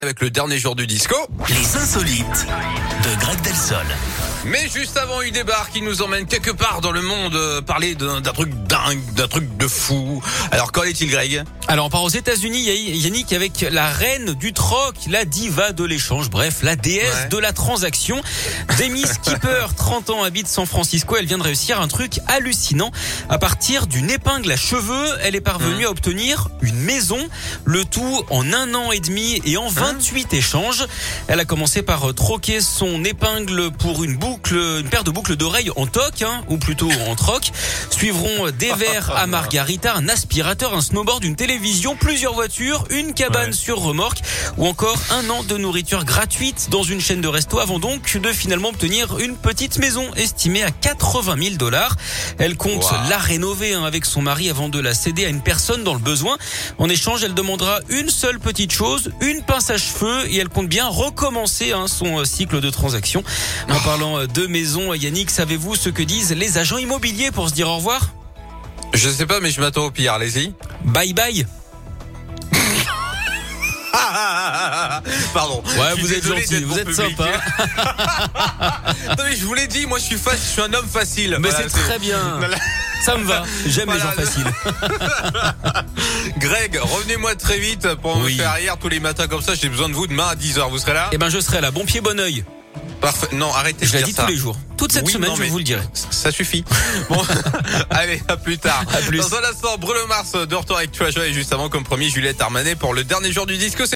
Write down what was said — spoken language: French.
Avec le dernier jour du disco. Les insolites de Greg Delsol. Mais juste avant, il débarque, il nous emmène quelque part dans le monde, parler d'un truc dingue, d'un truc de fou. Alors, qu'en est-il, Greg? Alors, on part aux États-Unis, Yannick, avec la reine du troc, la diva de l'échange, bref, la déesse de la transaction. Demi Skipper, 30 ans, habite San Francisco. Elle vient de réussir un truc hallucinant. À partir d'une épingle à cheveux, elle est parvenue à obtenir une maison. Le tout en 1 an et demi et en 28 échanges. Elle a commencé par troquer son épingle pour une paire de boucles d'oreilles en toc, ou plutôt en troc. Suivront des verres à margarita, un aspirateur, un snowboard, une télévision, plusieurs voitures, une cabane sur remorque ou encore 1 an de nourriture gratuite dans une chaîne de resto avant donc de finalement obtenir une petite maison estimée à $80 000. Elle compte la rénover avec son mari avant de la céder à une personne dans le besoin. En échange, elle demandera une seule petite chose, une pince à cheveux, et elle compte bien recommencer son cycle de transaction. En parlant de maison, Yannick, savez-vous ce que disent les agents immobiliers pour se dire au revoir? Je sais pas, mais je m'attends au pire, allez-y. Bye bye. Pardon. Ouais, vous êtes gentil, vous êtes sympa. Non mais je vous l'ai dit, moi je suis un homme facile. Mais voilà, c'est très bien. Ça me va. J'aime les gens faciles. Greg, revenez-moi très vite pour me faire rire tous les matins comme ça. J'ai besoin de vous demain à 10h. Vous serez là? Eh ben, je serai là. Bon pied, bon oeil. Parfait. Non, arrêtez. Je l'ai dit tous les jours. Toute cette semaine, je vous le dirai. Ça suffit. Bon, allez, à plus tard. À plus. Dans un instant, Bruno Mars de retour avec Tu as joué, et juste avant, comme promis, Juliette Armanet pour le dernier jour du disco.